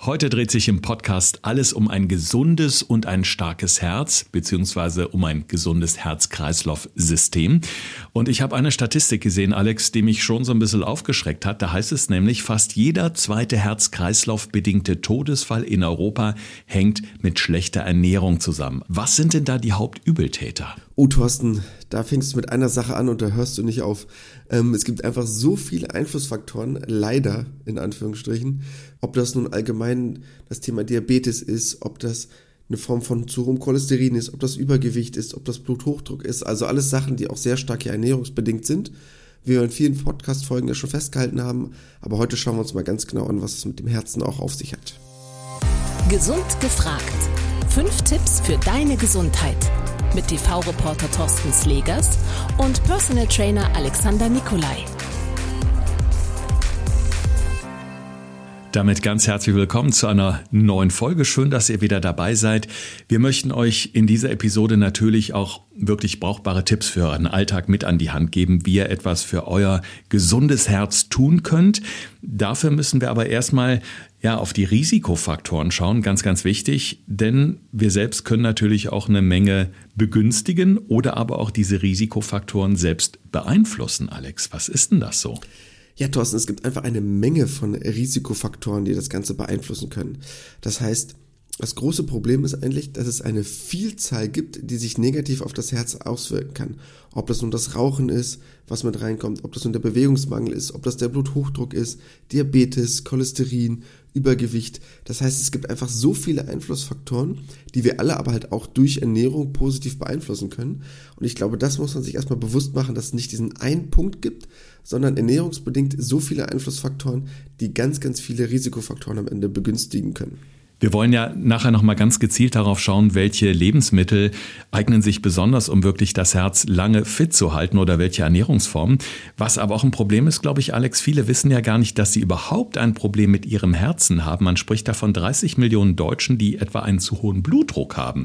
Heute dreht sich im Podcast alles um ein gesundes und ein starkes Herz, beziehungsweise um ein gesundes Herz-Kreislauf-System. Und ich habe eine Statistik gesehen, Alex, die mich schon so ein bisschen aufgeschreckt hat. Da heißt es nämlich, fast jeder zweite Herz-Kreislauf-bedingte Todesfall in Europa hängt mit schlechter Ernährung zusammen. Was sind denn da die Hauptübeltäter? Oh, Thorsten, da fängst du mit einer Sache an und da hörst du nicht auf. Es gibt einfach so viele Einflussfaktoren, leider in Anführungsstrichen, ob das nun allgemein das Thema Diabetes ist, ob das eine Form von zu hohem Cholesterin ist, ob das Übergewicht ist, ob das Bluthochdruck ist, also alles Sachen, die auch sehr stark ernährungsbedingt sind, wie wir in vielen Podcast-Folgen ja schon festgehalten haben, aber heute schauen wir uns mal ganz genau an, was es mit dem Herzen auch auf sich hat. Gesund gefragt. 5 Tipps für deine Gesundheit. Mit TV-Reporter Thorsten Slegers und Personal Trainer Alexander Nikolai. Damit ganz herzlich willkommen zu einer neuen Folge. Schön, dass ihr wieder dabei seid. Wir möchten euch in dieser Episode natürlich auch wirklich brauchbare Tipps für euren Alltag mit an die Hand geben, wie ihr etwas für euer gesundes Herz tun könnt. Dafür müssen wir aber erstmal auf die Risikofaktoren schauen, ganz, ganz wichtig, denn wir selbst können natürlich auch eine Menge begünstigen oder aber auch diese Risikofaktoren selbst beeinflussen. Alex, was ist denn das so? Ja, Thorsten, es gibt einfach eine Menge von Risikofaktoren, die das Ganze beeinflussen können. Das heißt, das große Problem ist eigentlich, dass es eine Vielzahl gibt, die sich negativ auf das Herz auswirken kann. Ob das nun das Rauchen ist, was mit reinkommt, ob das nun der Bewegungsmangel ist, ob das der Bluthochdruck ist, Diabetes, Cholesterin, Übergewicht. Das heißt, es gibt einfach so viele Einflussfaktoren, die wir alle aber halt auch durch Ernährung positiv beeinflussen können. Und ich glaube, das muss man sich erstmal bewusst machen, dass es nicht diesen einen Punkt gibt, sondern ernährungsbedingt so viele Einflussfaktoren, die ganz, ganz viele Risikofaktoren am Ende begünstigen können. Wir wollen ja nachher nochmal ganz gezielt darauf schauen, welche Lebensmittel eignen sich besonders, um wirklich das Herz lange fit zu halten oder welche Ernährungsformen. Was aber auch ein Problem ist, glaube ich, Alex, viele wissen ja gar nicht, dass sie überhaupt ein Problem mit ihrem Herzen haben. Man spricht da von 30 Millionen Deutschen, die etwa einen zu hohen Blutdruck haben.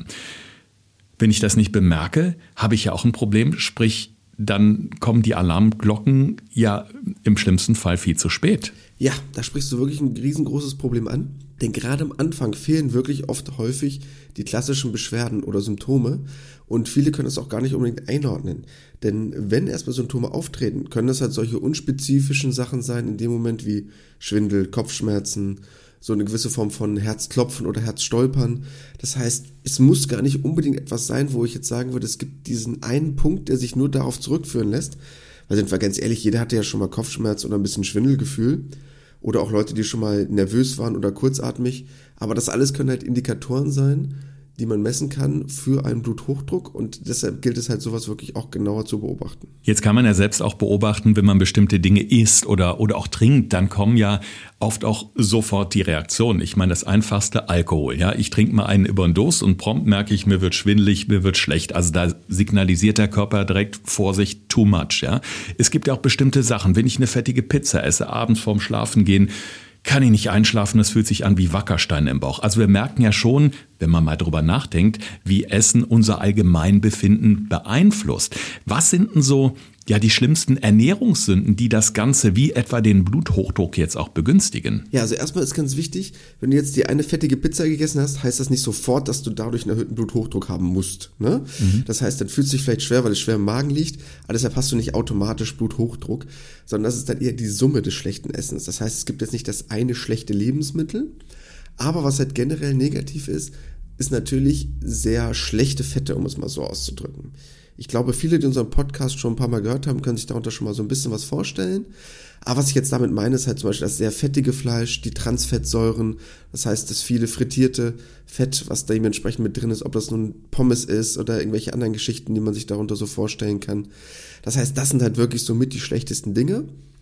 Wenn ich das nicht bemerke, habe ich ja auch ein Problem, sprich, dann kommen die Alarmglocken ja im schlimmsten Fall viel zu spät. Ja, da sprichst du wirklich ein riesengroßes Problem an, denn gerade am Anfang fehlen wirklich oft häufig die klassischen Beschwerden oder Symptome und viele können es auch gar nicht unbedingt einordnen, denn wenn erstmal Symptome auftreten, können das halt solche unspezifischen Sachen sein in dem Moment wie Schwindel, Kopfschmerzen, so eine gewisse Form von Herzklopfen oder Herzstolpern. Das heißt, es muss gar nicht unbedingt etwas sein, wo ich jetzt sagen würde, es gibt diesen einen Punkt, der sich nur darauf zurückführen lässt. Weil sind wir ganz ehrlich, jeder hatte ja schon mal Kopfschmerz oder ein bisschen Schwindelgefühl. Oder auch Leute, die schon mal nervös waren oder kurzatmig. Aber das alles können halt Indikatoren sein, die man messen kann für einen Bluthochdruck und deshalb gilt es halt sowas wirklich auch genauer zu beobachten. Jetzt kann man ja selbst auch beobachten, wenn man bestimmte Dinge isst oder auch trinkt, dann kommen ja oft auch sofort die Reaktionen. Ich meine, das einfachste Alkohol, ja, ich trinke mal einen über den Durst und prompt merke ich, mir wird schwindelig, mir wird schlecht. Also da signalisiert der Körper direkt Vorsicht, too much, ja. Es gibt ja auch bestimmte Sachen, wenn ich eine fettige Pizza esse, abends vorm Schlafengehen, kann ich nicht einschlafen, das fühlt sich an wie Wackersteine im Bauch. Also wir merken ja schon, wenn man mal drüber nachdenkt, wie Essen unser Allgemeinbefinden beeinflusst. Was sind denn so die schlimmsten Ernährungssünden, die das Ganze wie etwa den Bluthochdruck jetzt auch begünstigen? Ja, also erstmal ist ganz wichtig, wenn du jetzt die eine fettige Pizza gegessen hast, heißt das nicht sofort, dass du dadurch einen erhöhten Bluthochdruck haben musst. Ne? Das heißt, dann fühlst du dich vielleicht schwer, weil es schwer im Magen liegt, aber deshalb hast du nicht automatisch Bluthochdruck, sondern das ist dann eher die Summe des schlechten Essens. Das heißt, es gibt jetzt nicht das eine schlechte Lebensmittel, aber was halt generell negativ ist natürlich sehr schlechte Fette, um es mal so auszudrücken. Ich glaube, viele, die unseren Podcast schon ein paar Mal gehört haben, können sich darunter schon mal so ein bisschen was vorstellen. Aber was ich jetzt damit meine, ist halt zum Beispiel das sehr fettige Fleisch, die Transfettsäuren, das heißt das viele frittierte Fett, was da dementsprechend mit drin ist, ob das nun Pommes ist oder irgendwelche anderen Geschichten, die man sich darunter so vorstellen kann. Das heißt, das sind halt wirklich so mit die schlechtesten Dinge,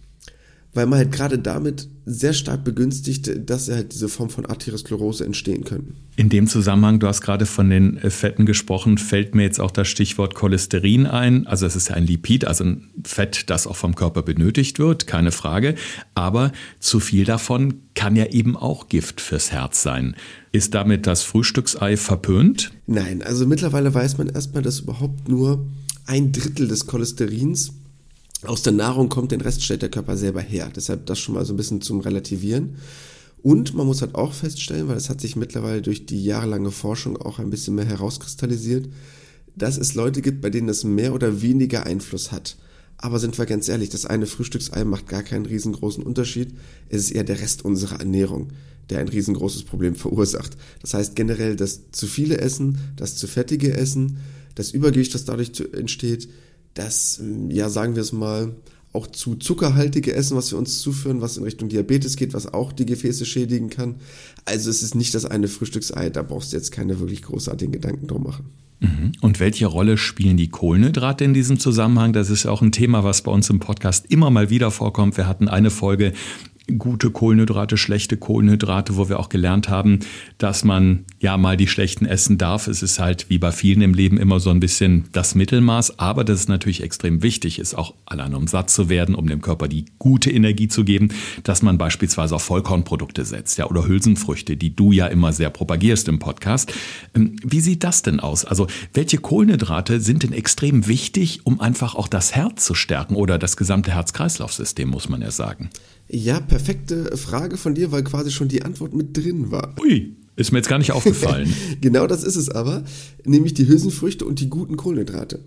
weil man halt gerade damit sehr stark begünstigt, dass halt diese Form von Arteriosklerose entstehen können. In dem Zusammenhang, du hast gerade von den Fetten gesprochen, fällt mir jetzt auch das Stichwort Cholesterin ein. Also es ist ja ein Lipid, also ein Fett, das auch vom Körper benötigt wird, keine Frage. Aber zu viel davon kann ja eben auch Gift fürs Herz sein. Ist damit das Frühstücksei verpönt? Nein, also mittlerweile weiß man erstmal, dass überhaupt nur 1/3 des Cholesterins aus der Nahrung kommt, den Rest stellt der Körper selber her. Deshalb das schon mal so ein bisschen zum Relativieren. Und man muss halt auch feststellen, weil es hat sich mittlerweile durch die jahrelange Forschung auch ein bisschen mehr herauskristallisiert, dass es Leute gibt, bei denen das mehr oder weniger Einfluss hat. Aber sind wir ganz ehrlich, das eine Frühstücksei macht gar keinen riesengroßen Unterschied. Es ist eher der Rest unserer Ernährung, der ein riesengroßes Problem verursacht. Das heißt generell, das zu viele Essen, das zu fettige Essen, das Übergewicht, das dadurch entsteht, das, ja sagen wir es mal, auch zu zuckerhaltige Essen, was wir uns zuführen, was in Richtung Diabetes geht, was auch die Gefäße schädigen kann. Also es ist nicht das eine Frühstücksei, da brauchst du jetzt keine wirklich großartigen Gedanken drum machen. Und welche Rolle spielen die Kohlenhydrate in diesem Zusammenhang? Das ist auch ein Thema, was bei uns im Podcast immer mal wieder vorkommt. Wir hatten eine Folge gute Kohlenhydrate, schlechte Kohlenhydrate, wo wir auch gelernt haben, dass man ja mal die schlechten essen darf. Es ist halt wie bei vielen im Leben immer so ein bisschen das Mittelmaß, aber dass es natürlich extrem wichtig ist, auch allein um satt zu werden, um dem Körper die gute Energie zu geben, dass man beispielsweise auf Vollkornprodukte setzt, ja, oder Hülsenfrüchte, die du ja immer sehr propagierst im Podcast. Wie sieht das denn aus? Also welche Kohlenhydrate sind denn extrem wichtig, um einfach auch das Herz zu stärken oder das gesamte Herz-Kreislauf-System, muss man ja sagen? Ja, perfekte Frage von dir, weil quasi schon die Antwort mit drin war. Ui, ist mir jetzt gar nicht aufgefallen. Genau das ist es aber, nämlich die Hülsenfrüchte und die guten Kohlenhydrate.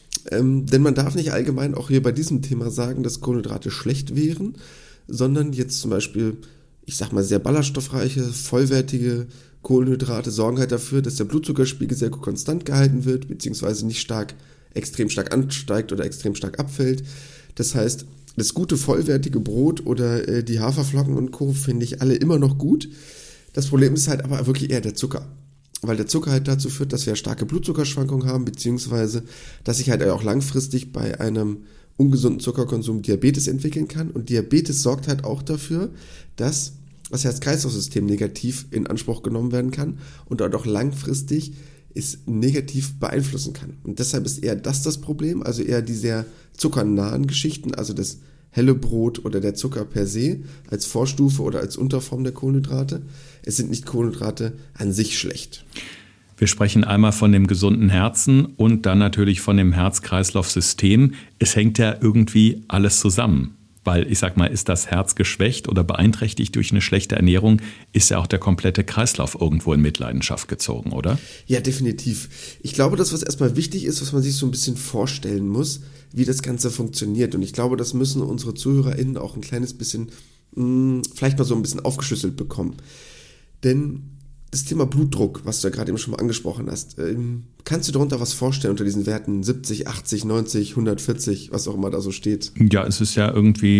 Denn man darf nicht allgemein auch hier bei diesem Thema sagen, dass Kohlenhydrate schlecht wären, sondern jetzt zum Beispiel, ich sag mal, sehr ballaststoffreiche, vollwertige Kohlenhydrate sorgen halt dafür, dass der Blutzuckerspiegel sehr konstant gehalten wird, beziehungsweise nicht extrem stark ansteigt oder extrem stark abfällt. Das heißt, das gute, vollwertige Brot oder die Haferflocken und Co. finde ich alle immer noch gut. Das Problem ist halt aber wirklich eher der Zucker. Weil der Zucker halt dazu führt, dass wir starke Blutzuckerschwankungen haben, beziehungsweise dass sich halt auch langfristig bei einem ungesunden Zuckerkonsum Diabetes entwickeln kann. Und Diabetes sorgt halt auch dafür, dass das Herz-Kreislauf-System negativ in Anspruch genommen werden kann und dort auch langfristig es negativ beeinflussen kann. Und deshalb ist eher das Problem, also eher die sehr zuckernahen Geschichten, also das helle Brot oder der Zucker per se als Vorstufe oder als Unterform der Kohlenhydrate. Es sind nicht Kohlenhydrate an sich schlecht. Wir sprechen einmal von dem gesunden Herzen und dann natürlich von dem Herz-Kreislauf-System. Es hängt ja irgendwie alles zusammen. Weil ich sag mal, ist das Herz geschwächt oder beeinträchtigt durch eine schlechte Ernährung, ist ja auch der komplette Kreislauf irgendwo in Mitleidenschaft gezogen, oder? Ja, definitiv. Ich glaube, das, was erstmal wichtig ist, was man sich so ein bisschen vorstellen muss, wie das Ganze funktioniert. Und ich glaube, das müssen unsere ZuhörerInnen auch ein kleines bisschen, vielleicht mal so ein bisschen aufgeschlüsselt bekommen. Denn das Thema Blutdruck, was du ja gerade eben schon mal angesprochen hast, kannst du darunter was vorstellen unter diesen Werten 70, 80, 90, 140, was auch immer da so steht? Ja, es ist ja irgendwie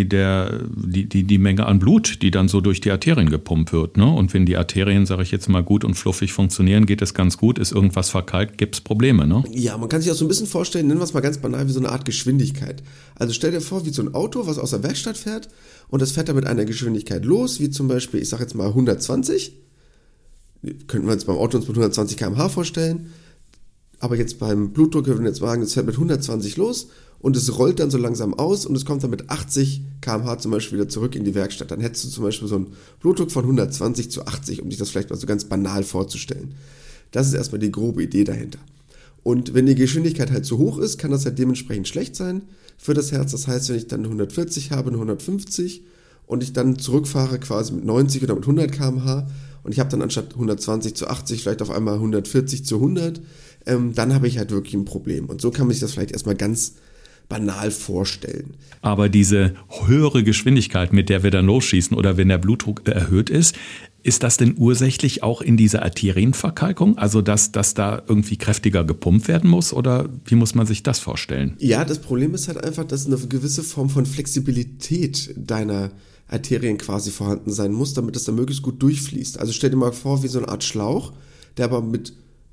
die Menge an Blut, die dann so durch die Arterien gepumpt wird, ne? Und wenn die Arterien, sage ich jetzt mal, gut und fluffig funktionieren, geht es ganz gut. Ist irgendwas verkalkt, gibt es Probleme, ne? Ja, man kann sich auch so ein bisschen vorstellen, nennen wir es mal ganz banal, wie so eine Art Geschwindigkeit. Also stell dir vor, wie so ein Auto, was aus der Werkstatt fährt und das fährt dann mit einer Geschwindigkeit los, wie zum Beispiel, ich sage jetzt mal 120. Könnten wir uns beim Auto mit 120 km/h vorstellen, aber jetzt beim Blutdruck würden wir jetzt sagen, es fährt mit 120 los und es rollt dann so langsam aus und es kommt dann mit 80 km/h zum Beispiel wieder zurück in die Werkstatt. Dann hättest du zum Beispiel so einen Blutdruck von 120 zu 80, um sich das vielleicht mal so ganz banal vorzustellen. Das ist erstmal die grobe Idee dahinter. Und wenn die Geschwindigkeit halt zu hoch ist, kann das halt dementsprechend schlecht sein für das Herz. Das heißt, wenn ich dann 140 habe, 150 und ich dann zurückfahre quasi mit 90 oder mit 100 km/h, und ich habe dann anstatt 120 zu 80 vielleicht auf einmal 140 zu 100, dann habe ich halt wirklich ein Problem. Und so kann man sich das vielleicht erstmal ganz banal vorstellen. Aber diese höhere Geschwindigkeit, mit der wir dann losschießen oder wenn der Blutdruck erhöht ist das denn ursächlich auch in dieser Arterienverkalkung? Also dass da irgendwie kräftiger gepumpt werden muss oder wie muss man sich das vorstellen? Ja, das Problem ist halt einfach, dass eine gewisse Form von Flexibilität deiner Arterien quasi vorhanden sein muss, damit es dann möglichst gut durchfließt. Also stell dir mal vor, wie so eine Art Schlauch, der aber mit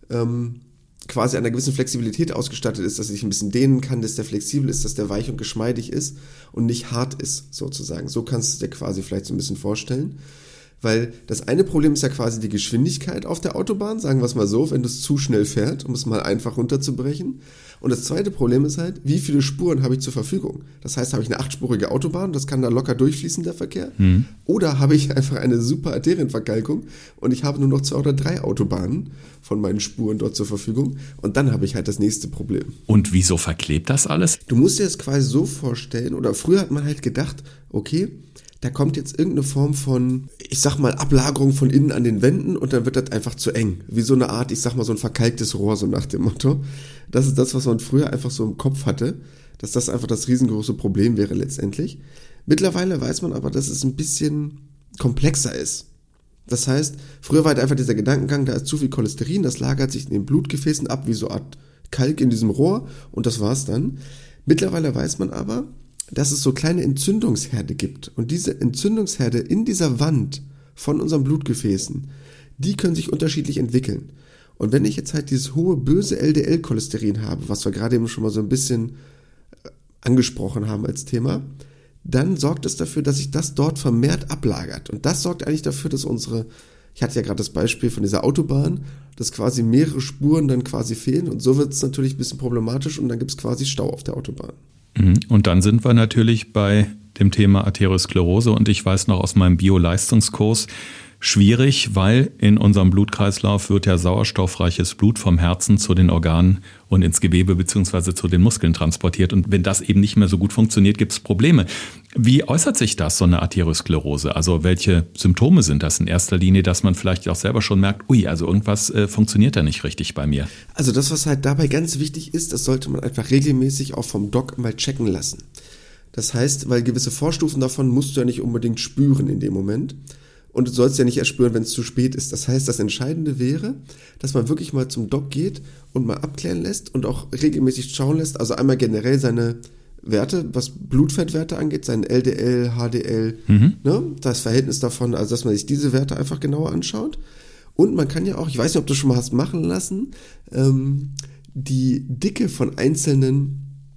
quasi einer gewissen Flexibilität ausgestattet ist, dass er sich ein bisschen dehnen kann, dass der flexibel ist, dass der weich und geschmeidig ist und nicht hart ist, sozusagen. So kannst du dir quasi vielleicht so ein bisschen vorstellen. Weil das eine Problem ist ja quasi die Geschwindigkeit auf der Autobahn, sagen wir es mal so, wenn es zu schnell fährt, um es mal einfach runterzubrechen. Und das zweite Problem ist halt, wie viele Spuren habe ich zur Verfügung? Das heißt, habe ich eine 8-spurige Autobahn, das kann da locker durchfließen, der Verkehr? Oder habe ich einfach eine super Arterienverkalkung und ich habe nur noch 2 oder 3 Autobahnen von meinen Spuren dort zur Verfügung und dann habe ich halt das nächste Problem. Und wieso verklebt das alles? Du musst dir das quasi so vorstellen, oder früher hat man halt gedacht, okay, da kommt jetzt irgendeine Form von, ich sag mal, Ablagerung von innen an den Wänden und dann wird das einfach zu eng. Wie so eine Art, ich sag mal, so ein verkalktes Rohr, so nach dem Motto. Das ist das, was man früher einfach so im Kopf hatte, dass das einfach das riesengroße Problem wäre letztendlich. Mittlerweile weiß man aber, dass es ein bisschen komplexer ist. Das heißt, früher war halt einfach dieser Gedankengang, da ist zu viel Cholesterin, das lagert sich in den Blutgefäßen ab wie so eine Art Kalk in diesem Rohr und das war's dann. Mittlerweile weiß man aber, dass es so kleine Entzündungsherde gibt und diese Entzündungsherde in dieser Wand von unseren Blutgefäßen, die können sich unterschiedlich entwickeln. Und wenn ich jetzt halt dieses hohe, böse LDL-Cholesterin habe, was wir gerade eben schon mal so ein bisschen angesprochen haben als Thema, dann sorgt es dafür, dass sich das dort vermehrt ablagert. Und das sorgt eigentlich dafür, dass ich hatte ja gerade das Beispiel von dieser Autobahn, dass quasi mehrere Spuren dann quasi fehlen und so wird es natürlich ein bisschen problematisch und dann gibt es quasi Stau auf der Autobahn. Und dann sind wir natürlich bei dem Thema Arteriosklerose und ich weiß noch aus meinem Bio-Leistungskurs, schwierig, weil in unserem Blutkreislauf wird ja sauerstoffreiches Blut vom Herzen zu den Organen und ins Gewebe bzw. zu den Muskeln transportiert. Und wenn das eben nicht mehr so gut funktioniert, gibt es Probleme. Wie äußert sich das, so eine Arteriosklerose? Also welche Symptome sind das in erster Linie, dass man vielleicht auch selber schon merkt, also irgendwas funktioniert da nicht richtig bei mir? Also das, was halt dabei ganz wichtig ist, das sollte man einfach regelmäßig auch vom Doc mal checken lassen. Das heißt, weil gewisse Vorstufen davon musst du ja nicht unbedingt spüren in dem Moment. Und du sollst ja nicht erst spüren, wenn es zu spät ist. Das heißt, das Entscheidende wäre, dass man wirklich mal zum Doc geht und mal abklären lässt und auch regelmäßig schauen lässt. Also einmal generell seine Werte, was Blutfettwerte angeht, sein LDL, HDL, das Verhältnis davon, also dass man sich diese Werte einfach genauer anschaut. Und man kann ja auch, ich weiß nicht, ob du schon mal hast machen lassen, die Dicke von einzelnen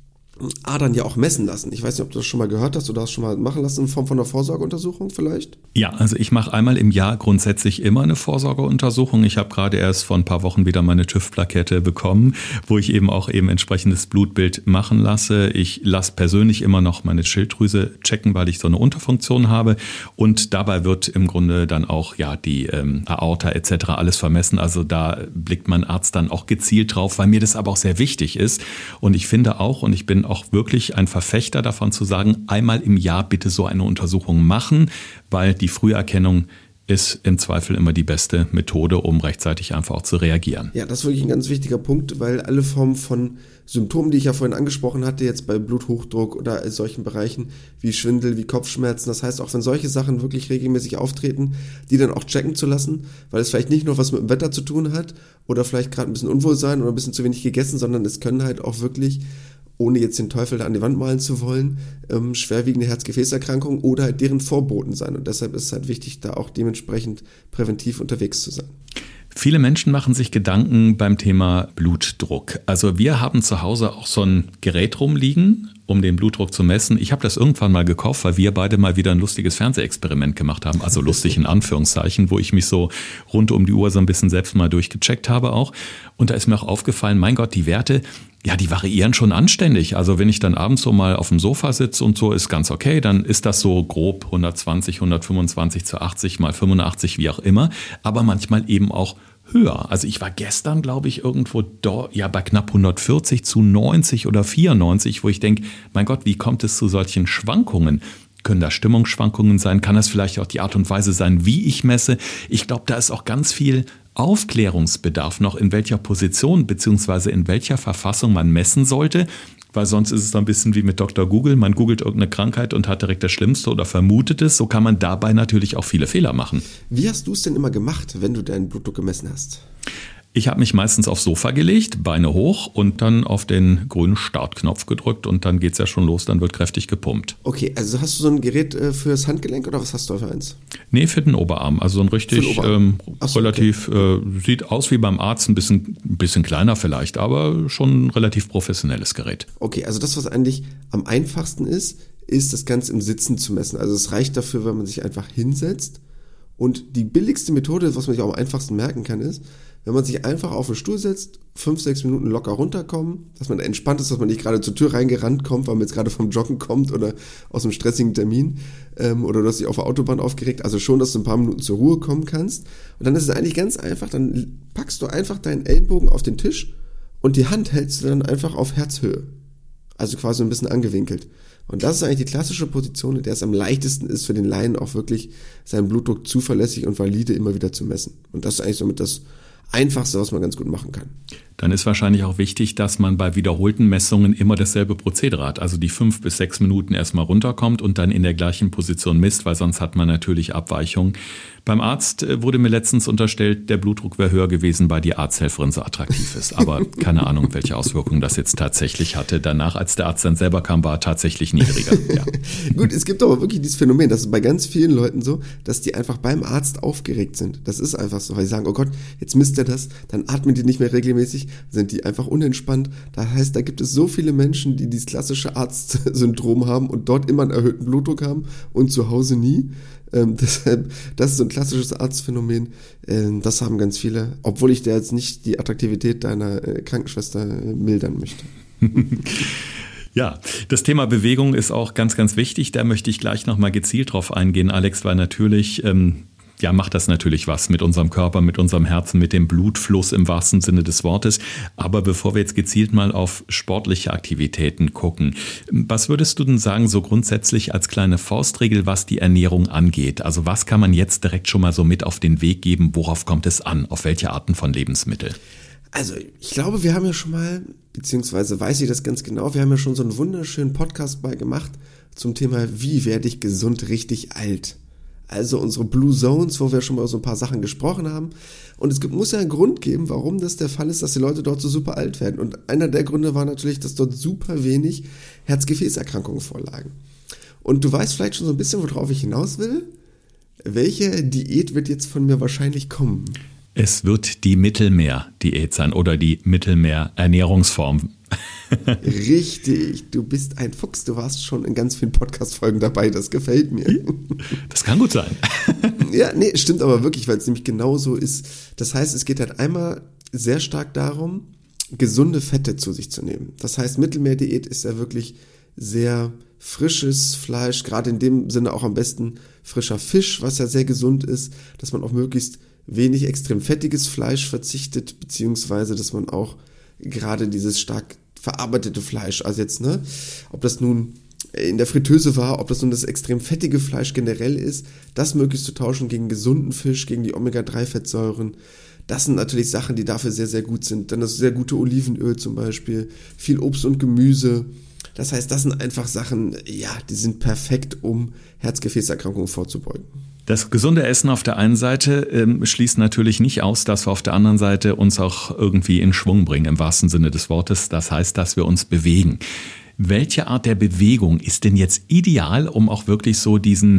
Adern ja auch messen lassen. Ich weiß nicht, ob du das schon mal gehört hast oder hast schon mal machen lassen in Form von einer Vorsorgeuntersuchung vielleicht? Ja, also ich mache einmal im Jahr grundsätzlich immer eine Vorsorgeuntersuchung. Ich habe gerade erst vor ein paar Wochen wieder meine TÜV-Plakette bekommen, wo ich eben auch entsprechendes Blutbild machen lasse. Ich lasse persönlich immer noch meine Schilddrüse checken, weil ich so eine Unterfunktion habe und dabei wird im Grunde dann auch die Aorta etc. alles vermessen. Also da blickt mein Arzt dann auch gezielt drauf, weil mir das aber auch sehr wichtig ist und ich finde auch und ich bin auch wirklich ein Verfechter davon zu sagen, einmal im Jahr bitte so eine Untersuchung machen, weil die Früherkennung ist im Zweifel immer die beste Methode, um rechtzeitig einfach auch zu reagieren. Ja, das ist wirklich ein ganz wichtiger Punkt, weil alle Formen von Symptomen, die ich ja vorhin angesprochen hatte, jetzt bei Bluthochdruck oder in solchen Bereichen wie Schwindel, wie Kopfschmerzen, das heißt auch, wenn solche Sachen wirklich regelmäßig auftreten, die dann auch checken zu lassen, weil es vielleicht nicht nur was mit dem Wetter zu tun hat oder vielleicht gerade ein bisschen Unwohlsein oder ein bisschen zu wenig gegessen, sondern es können halt auch wirklich, ohne jetzt den Teufel da an die Wand malen zu wollen, schwerwiegende Herz-Gefäß-Erkrankungen oder halt deren Vorboten sein. Und deshalb ist es halt wichtig, da auch dementsprechend präventiv unterwegs zu sein. Viele Menschen machen sich Gedanken beim Thema Blutdruck. Also wir haben zu Hause auch so ein Gerät rumliegen, um den Blutdruck zu messen. Ich habe das irgendwann mal gekauft, weil wir beide mal wieder ein lustiges Fernsehexperiment gemacht haben. Also lustig in Anführungszeichen, wo ich mich so rund um die Uhr so ein bisschen selbst mal durchgecheckt habe auch. Und da ist mir auch aufgefallen, mein Gott, die Werte, die variieren schon anständig. Also wenn ich dann abends so mal auf dem Sofa sitze und so, ist ganz okay, dann ist das so grob 120, 125 zu 80 mal 85, wie auch immer. Aber manchmal eben auch höher. Also ich war gestern, glaube ich, irgendwo bei knapp 140 zu 90 oder 94, wo ich denke, mein Gott, wie kommt es zu solchen Schwankungen? Können da Stimmungsschwankungen sein? Kann das vielleicht auch die Art und Weise sein, wie ich messe? Ich glaube, da ist auch ganz viel Aufklärungsbedarf noch, in welcher Position bzw. in welcher Verfassung man messen sollte, weil sonst ist es so ein bisschen wie mit Dr. Google, man googelt irgendeine Krankheit und hat direkt das Schlimmste oder vermutet es, so kann man dabei natürlich auch viele Fehler machen. Wie hast du es denn immer gemacht, wenn du deinen Blutdruck gemessen hast? Ich habe mich meistens aufs Sofa gelegt, Beine hoch und dann auf den grünen Startknopf gedrückt und dann geht's ja schon los, dann wird kräftig gepumpt. Okay, also hast du so ein Gerät fürs Handgelenk oder was hast du für eins? Nee, für den Oberarm, also so ein richtig relativ, sieht aus wie beim Arzt, ein bisschen kleiner vielleicht, aber schon ein relativ professionelles Gerät. Okay, also das, was eigentlich am einfachsten ist das Ganze im Sitzen zu messen. Also es reicht dafür, wenn man sich einfach hinsetzt und die billigste Methode, was man sich auch am einfachsten merken kann, ist, wenn man sich einfach auf den Stuhl setzt, 5-6 Minuten locker runterkommen, dass man entspannt ist, dass man nicht gerade zur Tür reingerannt kommt, weil man jetzt gerade vom Joggen kommt oder aus einem stressigen Termin oder du hast dich auf der Autobahn aufgeregt, also schon, dass du ein paar Minuten zur Ruhe kommen kannst. Und dann ist es eigentlich ganz einfach, dann packst du einfach deinen Ellenbogen auf den Tisch und die Hand hältst du dann einfach auf Herzhöhe. Also quasi ein bisschen angewinkelt. Und das ist eigentlich die klassische Position, in der es am leichtesten ist, für den Laien auch wirklich seinen Blutdruck zuverlässig und valide immer wieder zu messen. Und das ist eigentlich somit das Einfachste, was man ganz gut machen kann. Dann ist wahrscheinlich auch wichtig, dass man bei wiederholten Messungen immer dasselbe Prozedere hat. Also die 5 bis 6 Minuten erstmal runterkommt und dann in der gleichen Position misst, weil sonst hat man natürlich Abweichungen. Beim Arzt wurde mir letztens unterstellt, der Blutdruck wäre höher gewesen, weil die Arzthelferin so attraktiv ist. Aber keine Ahnung, welche Auswirkungen das jetzt tatsächlich hatte. Danach, als der Arzt dann selber kam, war er tatsächlich niedriger. Ja. Gut, es gibt aber wirklich dieses Phänomen, das ist bei ganz vielen Leuten so, dass die einfach beim Arzt aufgeregt sind. Das ist einfach so, weil sie sagen, oh Gott, jetzt misst er das, dann atmen die nicht mehr regelmäßig, sind die einfach unentspannt. Das heißt, da gibt es so viele Menschen, die dieses klassische Arztsyndrom haben und dort immer einen erhöhten Blutdruck haben und zu Hause nie. Deshalb, das ist so ein klassisches Arztphänomen. Das haben ganz viele, obwohl ich da jetzt nicht die Attraktivität deiner Krankenschwester mildern möchte. Ja, das Thema Bewegung ist auch ganz, ganz wichtig. Da möchte ich gleich nochmal gezielt drauf eingehen, Alex, weil natürlich macht das natürlich was mit unserem Körper, mit unserem Herzen, mit dem Blutfluss im wahrsten Sinne des Wortes. Aber bevor wir jetzt gezielt mal auf sportliche Aktivitäten gucken, was würdest du denn sagen, so grundsätzlich als kleine Faustregel, was die Ernährung angeht? Also was kann man jetzt direkt schon mal so mit auf den Weg geben? Worauf kommt es an? Auf welche Arten von Lebensmittel? Also ich glaube, wir haben ja schon mal, beziehungsweise weiß ich das ganz genau, wir haben ja schon so einen wunderschönen Podcast mal gemacht zum Thema, wie werde ich gesund richtig alt? Also unsere Blue Zones, wo wir schon mal so ein paar Sachen gesprochen haben. Und es muss ja einen Grund geben, warum das der Fall ist, dass die Leute dort so super alt werden. Und einer der Gründe war natürlich, dass dort super wenig Herz-Gefäß-Erkrankungen vorlagen. Und du weißt vielleicht schon so ein bisschen, worauf ich hinaus will. Welche Diät wird jetzt von mir wahrscheinlich kommen? Es wird die Mittelmeer-Diät sein oder die Mittelmeer-Ernährungsform. Richtig, du bist ein Fuchs, du warst schon in ganz vielen Podcast-Folgen dabei, das gefällt mir. Das kann gut sein. Ja, nee, stimmt aber wirklich, weil es nämlich genau so ist. Das heißt, es geht halt einmal sehr stark darum, gesunde Fette zu sich zu nehmen. Das heißt, Mittelmeerdiät ist ja wirklich sehr frisches Fleisch, gerade in dem Sinne auch am besten frischer Fisch, was ja sehr gesund ist, dass man auch möglichst wenig extrem fettiges Fleisch verzichtet, beziehungsweise dass man auch gerade dieses stark verarbeitete Fleisch, also jetzt, ob das nun in der Fritteuse war, ob das nun das extrem fettige Fleisch generell ist, das möglichst zu tauschen gegen gesunden Fisch, gegen die Omega-3-Fettsäuren. Das sind natürlich Sachen, die dafür sehr, sehr gut sind. Dann das sehr gute Olivenöl zum Beispiel, viel Obst und Gemüse. Das heißt, das sind einfach Sachen, ja, die sind perfekt, um Herz-Gefäß-Erkrankungen vorzubeugen. Das gesunde Essen auf der einen Seite schließt natürlich nicht aus, dass wir auf der anderen Seite uns auch irgendwie in Schwung bringen, im wahrsten Sinne des Wortes. Das heißt, dass wir uns bewegen. Welche Art der Bewegung ist denn jetzt ideal, um auch wirklich so diesen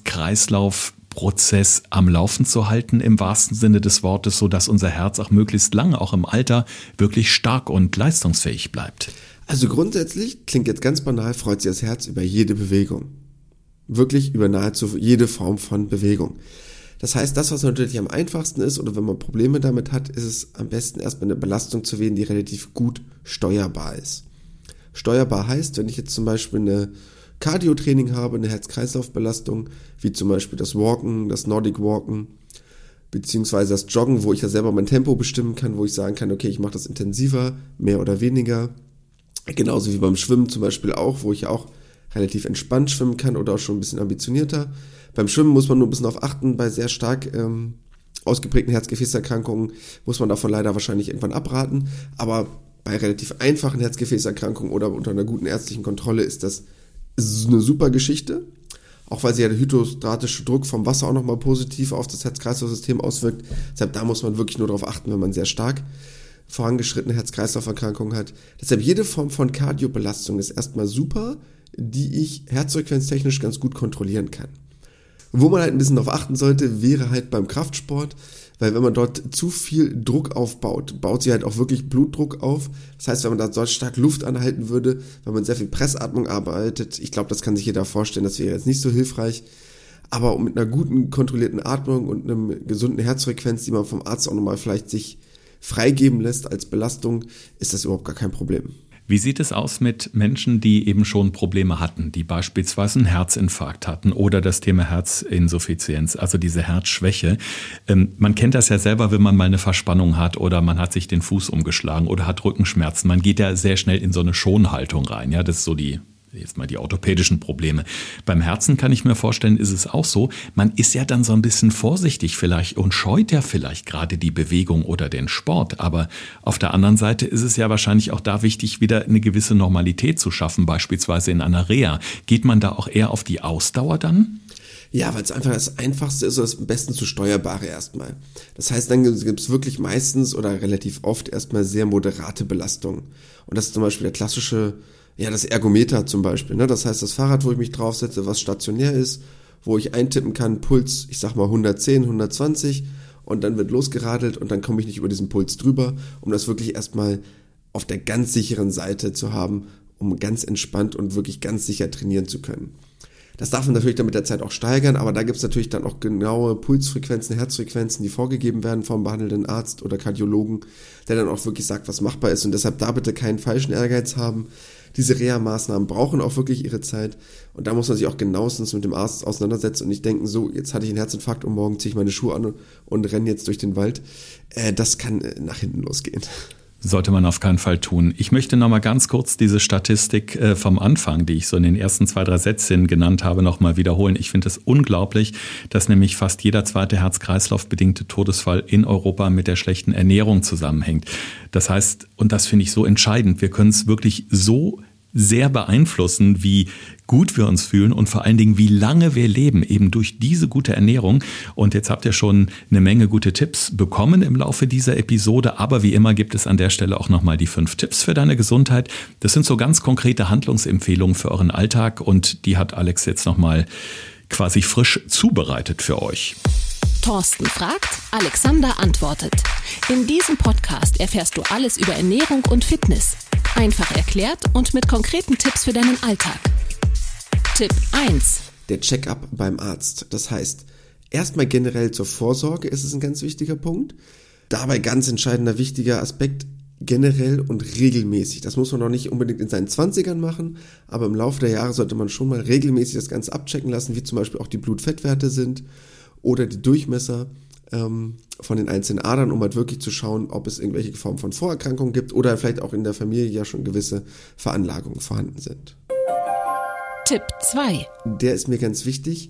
Herz-Kreislauf-Prozess am Laufen zu halten, im wahrsten Sinne des Wortes, sodass unser Herz auch möglichst lange, auch im Alter, wirklich stark und leistungsfähig bleibt? Also grundsätzlich, klingt jetzt ganz banal, freut sich das Herz über jede Bewegung. Wirklich über nahezu jede Form von Bewegung. Das heißt, das, was natürlich am einfachsten ist oder wenn man Probleme damit hat, ist es am besten erstmal eine Belastung zu wählen, die relativ gut steuerbar ist. Steuerbar heißt, wenn ich jetzt zum Beispiel eine Cardio-Training habe, eine Herz-Kreislauf-Belastung, wie zum Beispiel das Walken, das Nordic Walken, beziehungsweise das Joggen, wo ich ja selber mein Tempo bestimmen kann, wo ich sagen kann, okay, ich mache das intensiver, mehr oder weniger. Genauso wie beim Schwimmen zum Beispiel auch, wo ich auch relativ entspannt schwimmen kann oder auch schon ein bisschen ambitionierter. Beim Schwimmen muss man nur ein bisschen darauf achten, bei sehr stark ausgeprägten Herz-Gefäß-Erkrankungen muss man davon leider wahrscheinlich irgendwann abraten, aber bei relativ einfachen Herz-Gefäß-Erkrankungen oder unter einer guten ärztlichen Kontrolle ist das eine super Geschichte, auch weil sich ja der hydrostatische Druck vom Wasser auch nochmal positiv auf das Herz-Kreislauf-System auswirkt. Deshalb da muss man wirklich nur darauf achten, wenn man sehr stark vorangeschrittene Herz-Kreislauf-Erkrankungen hat. Deshalb jede Form von Kardiobelastung ist erstmal super, die ich herzfrequenztechnisch ganz gut kontrollieren kann. Wo man halt ein bisschen darauf achten sollte, wäre halt beim Kraftsport, weil wenn man dort zu viel Druck aufbaut, baut sie halt auch wirklich Blutdruck auf. Das heißt, wenn man da so stark Luft anhalten würde, wenn man sehr viel Pressatmung arbeitet, ich glaube, das kann sich jeder vorstellen, das wäre jetzt nicht so hilfreich. Aber mit einer guten, kontrollierten Atmung und einem gesunden Herzfrequenz, die man vom Arzt auch nochmal vielleicht sich freigeben lässt als Belastung, ist das überhaupt gar kein Problem. Wie sieht es aus mit Menschen, die eben schon Probleme hatten, die beispielsweise einen Herzinfarkt hatten oder das Thema Herzinsuffizienz, also diese Herzschwäche? Man kennt das ja selber, wenn man mal eine Verspannung hat oder man hat sich den Fuß umgeschlagen oder hat Rückenschmerzen. Man geht ja sehr schnell in so eine Schonhaltung rein. Ja, das ist so die jetzt mal die orthopädischen Probleme. Beim Herzen kann ich mir vorstellen, ist es auch so, man ist ja dann so ein bisschen vorsichtig vielleicht und scheut ja vielleicht gerade die Bewegung oder den Sport. Aber auf der anderen Seite ist es ja wahrscheinlich auch da wichtig, wieder eine gewisse Normalität zu schaffen, beispielsweise in einer Reha. Geht man da auch eher auf die Ausdauer dann? Ja, weil es einfach das Einfachste ist und das am besten zu Steuerbare erstmal. Das heißt, dann gibt es wirklich meistens oder relativ oft erstmal sehr moderate Belastungen. Und das ist zum Beispiel der klassische, das Ergometer zum Beispiel. Ne? Das heißt, das Fahrrad, wo ich mich draufsetze, was stationär ist, wo ich eintippen kann, Puls, ich sag mal 110, 120 und dann wird losgeradelt und dann komme ich nicht über diesen Puls drüber, um das wirklich erstmal auf der ganz sicheren Seite zu haben, um ganz entspannt und wirklich ganz sicher trainieren zu können. Das darf man natürlich dann mit der Zeit auch steigern, aber da gibt es natürlich dann auch genaue Pulsfrequenzen, Herzfrequenzen, die vorgegeben werden vom behandelnden Arzt oder Kardiologen, der dann auch wirklich sagt, was machbar ist und deshalb da bitte keinen falschen Ehrgeiz haben. Diese Reha-Maßnahmen brauchen auch wirklich ihre Zeit und da muss man sich auch genauestens mit dem Arzt auseinandersetzen und nicht denken, so, jetzt hatte ich einen Herzinfarkt und morgen ziehe ich meine Schuhe an und renne jetzt durch den Wald. Das kann nach hinten losgehen. Sollte man auf keinen Fall tun. Ich möchte noch mal ganz kurz diese Statistik vom Anfang, die ich so in den ersten 2-3 Sätzen genannt habe, noch mal wiederholen. Ich finde es unglaublich, dass nämlich fast jeder zweite Herz-Kreislauf-bedingte Todesfall in Europa mit der schlechten Ernährung zusammenhängt. Das heißt, und das finde ich so entscheidend, wir können es wirklich so sehr beeinflussen, wie gut wir uns fühlen und vor allen Dingen, wie lange wir leben, eben durch diese gute Ernährung. Und jetzt habt ihr schon eine Menge gute Tipps bekommen im Laufe dieser Episode. Aber wie immer gibt es an der Stelle auch nochmal die 5 Tipps für deine Gesundheit. Das sind so ganz konkrete Handlungsempfehlungen für euren Alltag und die hat Alex jetzt nochmal quasi frisch zubereitet für euch. Thorsten fragt, Alexander antwortet. In diesem Podcast erfährst du alles über Ernährung und Fitness. Einfach erklärt und mit konkreten Tipps für deinen Alltag. Tipp 1. Der Check-up beim Arzt. Das heißt, erstmal generell zur Vorsorge ist es ein ganz wichtiger Punkt. Dabei ganz entscheidender, wichtiger Aspekt, generell und regelmäßig. Das muss man noch nicht unbedingt in seinen 20ern machen, aber im Laufe der Jahre sollte man schon mal regelmäßig das Ganze abchecken lassen, wie zum Beispiel auch die Blutfettwerte sind oder die Durchmesser von den einzelnen Adern, um halt wirklich zu schauen, ob es irgendwelche Formen von Vorerkrankungen gibt oder vielleicht auch in der Familie ja schon gewisse Veranlagungen vorhanden sind. Tipp 2. Der ist mir ganz wichtig.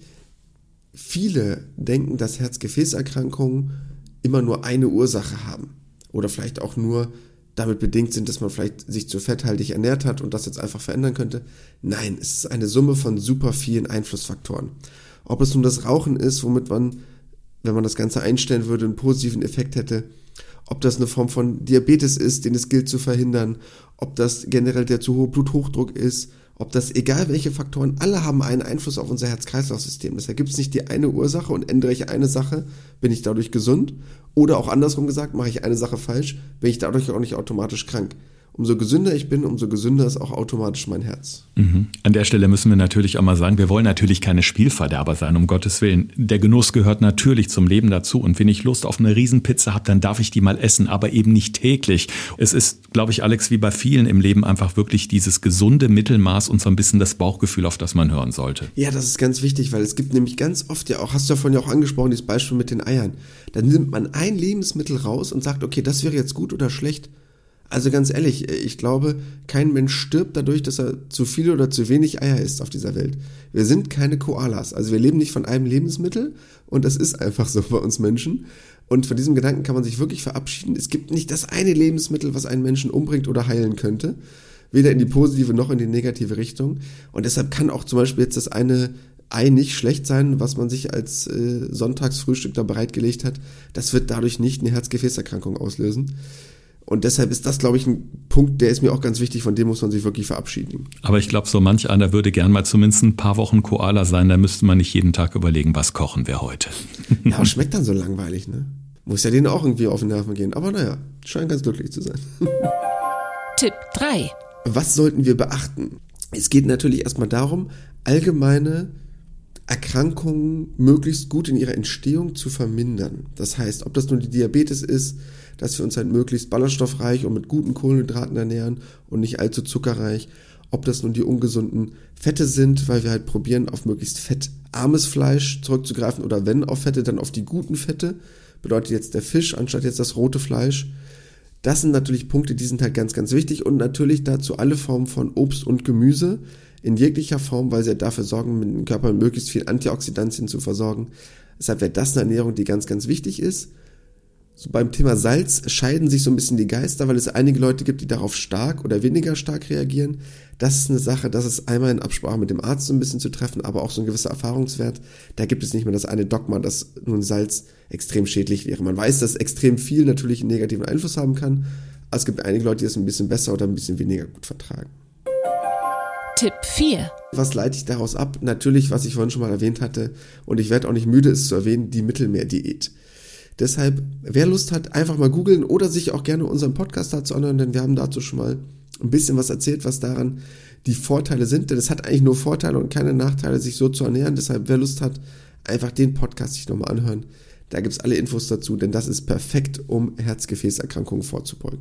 Viele denken, dass Herz-Gefäßerkrankungen immer nur eine Ursache haben oder vielleicht auch nur damit bedingt sind, dass man vielleicht sich zu fetthaltig ernährt hat und das jetzt einfach verändern könnte. Nein, es ist eine Summe von super vielen Einflussfaktoren. Ob es nun das Rauchen ist, womit man, wenn man das Ganze einstellen würde, einen positiven Effekt hätte, ob das eine Form von Diabetes ist, den es gilt zu verhindern, ob das generell der zu hohe Bluthochdruck ist, ob das, egal welche Faktoren, alle haben einen Einfluss auf unser Herz-Kreislauf-System. Deshalb gibt es nicht die eine Ursache und ändere ich eine Sache, bin ich dadurch gesund. Oder auch andersrum gesagt, mache ich eine Sache falsch, bin ich dadurch auch nicht automatisch krank. Umso gesünder ich bin, umso gesünder ist auch automatisch mein Herz. An der Stelle müssen wir natürlich auch mal sagen, wir wollen natürlich keine Spielverderber sein, um Gottes Willen. Der Genuss gehört natürlich zum Leben dazu und wenn ich Lust auf eine Riesenpizza habe, dann darf ich die mal essen, aber eben nicht täglich. Es ist, glaube ich, Alex, wie bei vielen im Leben einfach wirklich dieses gesunde Mittelmaß und so ein bisschen das Bauchgefühl, auf das man hören sollte. Ja, das ist ganz wichtig, weil es gibt nämlich ganz oft ja auch, hast du ja vorhin ja auch angesprochen, dieses Beispiel mit den Eiern. Dann nimmt man ein Lebensmittel raus und sagt, okay, das wäre jetzt gut oder schlecht. Also ganz ehrlich, ich glaube, kein Mensch stirbt dadurch, dass er zu viel oder zu wenig Eier isst auf dieser Welt. Wir sind keine Koalas, also wir leben nicht von einem Lebensmittel und das ist einfach so bei uns Menschen. Und von diesem Gedanken kann man sich wirklich verabschieden. Es gibt nicht das eine Lebensmittel, was einen Menschen umbringt oder heilen könnte, weder in die positive noch in die negative Richtung. Und deshalb kann auch zum Beispiel jetzt das eine Ei nicht schlecht sein, was man sich als Sonntagsfrühstück da bereitgelegt hat. Das wird dadurch nicht eine Herz-Gefäßerkrankung auslösen. Und deshalb ist das, glaube ich, ein Punkt, der ist mir auch ganz wichtig, von dem muss man sich wirklich verabschieden. Aber ich glaube, so manch einer würde gern mal zumindest ein paar Wochen Koala sein, da müsste man nicht jeden Tag überlegen, was kochen wir heute. Ja, aber schmeckt dann so langweilig, ne? Muss ja denen auch irgendwie auf den Nerven gehen. Aber naja, scheint ganz glücklich zu sein. Tipp 3. Was sollten wir beachten? Es geht natürlich erstmal darum, allgemeine Erkrankungen möglichst gut in ihrer Entstehung zu vermindern. Das heißt, ob das nun die Diabetes ist, dass wir uns halt möglichst ballaststoffreich und mit guten Kohlenhydraten ernähren und nicht allzu zuckerreich, ob das nun die ungesunden Fette sind, weil wir halt probieren, auf möglichst fettarmes Fleisch zurückzugreifen oder wenn auf Fette, dann auf die guten Fette, bedeutet jetzt der Fisch anstatt jetzt das rote Fleisch. Das sind natürlich Punkte, die sind halt ganz, ganz wichtig und natürlich dazu alle Formen von Obst und Gemüse. in jeglicher Form, weil sie dafür sorgen, den Körper mit möglichst viel Antioxidantien zu versorgen. Deshalb wäre das eine Ernährung, die ganz, ganz wichtig ist. So beim Thema Salz scheiden sich so ein bisschen die Geister, weil es einige Leute gibt, die darauf stark oder weniger stark reagieren. Das ist eine Sache, das ist einmal in Absprache mit dem Arzt so ein bisschen zu treffen, aber auch so ein gewisser Erfahrungswert. Da gibt es nicht mehr das eine Dogma, dass nun Salz extrem schädlich wäre. Man weiß, dass extrem viel natürlich einen negativen Einfluss haben kann, aber es gibt einige Leute, die es ein bisschen besser oder ein bisschen weniger gut vertragen. Tipp 4. Was leite ich daraus ab? Natürlich, was ich vorhin schon mal erwähnt hatte, und ich werde auch nicht müde, es zu erwähnen, die Mittelmeerdiät. Deshalb, wer Lust hat, einfach mal googeln oder sich auch gerne unseren Podcast dazu anhören, denn wir haben dazu schon mal ein bisschen was erzählt, was daran die Vorteile sind. Denn es hat eigentlich nur Vorteile und keine Nachteile, sich so zu ernähren. Deshalb, wer Lust hat, einfach den Podcast sich nochmal anhören. Da gibt es alle Infos dazu, denn das ist perfekt, um Herzgefäßerkrankungen vorzubeugen.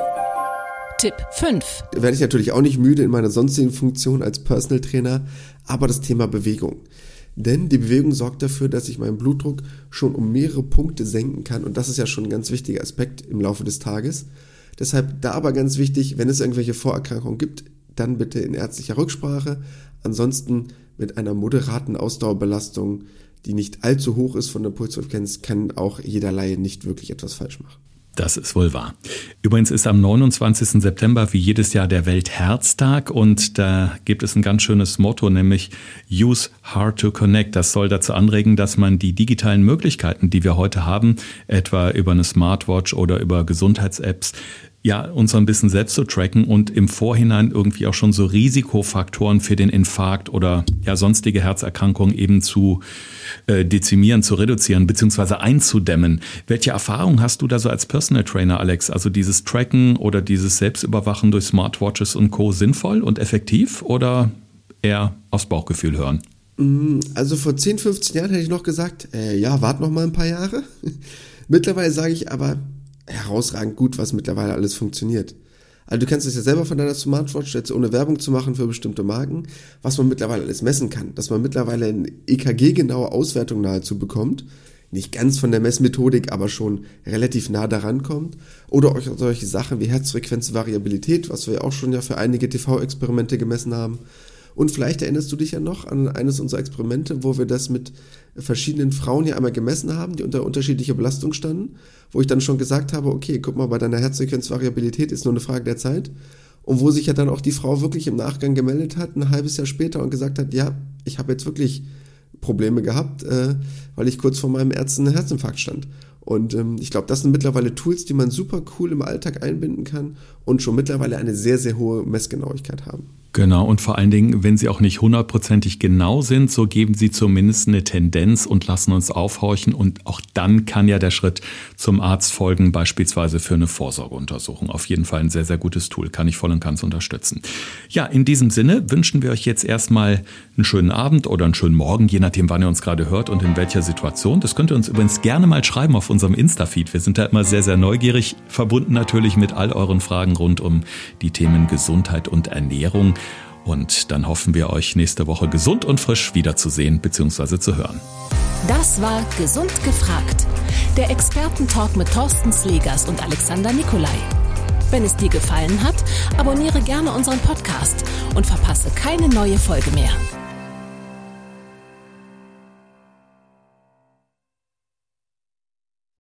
Tipp 5. Da werde ich natürlich auch nicht müde in meiner sonstigen Funktion als Personal Trainer, aber das Thema Bewegung. Denn die Bewegung sorgt dafür, dass ich meinen Blutdruck schon um mehrere Punkte senken kann. Und das ist ja schon ein ganz wichtiger Aspekt im Laufe des Tages. Deshalb da aber ganz wichtig, wenn es irgendwelche Vorerkrankungen gibt, dann bitte in ärztlicher Rücksprache. Ansonsten mit einer moderaten Ausdauerbelastung, die nicht allzu hoch ist von der Pulsfrequenz, kann auch jeder Laie nicht wirklich etwas falsch machen. Das ist wohl wahr. Übrigens ist am 29. September wie jedes Jahr der Weltherztag und da gibt es ein ganz schönes Motto, nämlich Use Heart to Connect. Das soll dazu anregen, dass man die digitalen Möglichkeiten, die wir heute haben, etwa über eine Smartwatch oder über Gesundheits-Apps, ja, uns so ein bisschen selbst zu tracken und im Vorhinein irgendwie auch schon so Risikofaktoren für den Infarkt oder ja sonstige Herzerkrankungen eben zu dezimieren, zu reduzieren bzw. einzudämmen. Welche Erfahrungen hast du da so als Personal Trainer, Alex? Also dieses Tracken oder dieses Selbstüberwachen durch Smartwatches und Co. sinnvoll und effektiv oder eher aufs Bauchgefühl hören? Also vor 10, 15 Jahren hätte ich noch gesagt, ja, wart noch mal ein paar Jahre. Mittlerweile sage ich aber, herausragend gut, was mittlerweile alles funktioniert. Also du kennst es ja selber von deiner Smartwatch, jetzt ohne Werbung zu machen für bestimmte Marken, was man mittlerweile alles messen kann, dass man mittlerweile eine EKG-genaue Auswertung nahezu bekommt, nicht ganz von der Messmethodik, aber schon relativ nah daran kommt, oder auch solche Sachen wie Herzfrequenzvariabilität, was wir auch schon ja für einige TV-Experimente gemessen haben. Und vielleicht erinnerst du dich ja noch an eines unserer Experimente, wo wir das mit verschiedenen Frauen ja einmal gemessen haben, die unter unterschiedlicher Belastung standen, wo ich dann schon gesagt habe, okay, guck mal, bei deiner Herzfrequenzvariabilität ist nur eine Frage der Zeit. Und wo sich ja dann auch die Frau wirklich im Nachgang gemeldet hat, ein halbes Jahr später und gesagt hat, ja, ich habe jetzt wirklich Probleme gehabt, weil ich kurz vor meinem Herzinfarkt stand. Und ich glaube, das sind mittlerweile Tools, die man super cool im Alltag einbinden kann und schon mittlerweile eine sehr, sehr hohe Messgenauigkeit haben. Genau, und vor allen Dingen, wenn sie auch nicht 100%ig genau sind, so geben sie zumindest eine Tendenz und lassen uns aufhorchen. Und auch dann kann ja der Schritt zum Arzt folgen, beispielsweise für eine Vorsorgeuntersuchung. Auf jeden Fall ein sehr, sehr gutes Tool, kann ich voll und ganz unterstützen. Ja, in diesem Sinne wünschen wir euch jetzt erstmal einen schönen Abend oder einen schönen Morgen, je nachdem, wann ihr uns gerade hört und in welcher Situation. Das könnt ihr uns übrigens gerne mal schreiben auf unserem Insta-Feed. Wir sind da immer sehr, sehr neugierig, verbunden natürlich mit all euren Fragen rund um die Themen Gesundheit und Ernährung. Und dann hoffen wir, euch nächste Woche gesund und frisch wiederzusehen bzw. zu hören. Das war Gesund gefragt. Der Expertentalk mit Thorsten Slegers und Alexander Nikolai. Wenn es dir gefallen hat, abonniere gerne unseren Podcast und verpasse keine neue Folge mehr.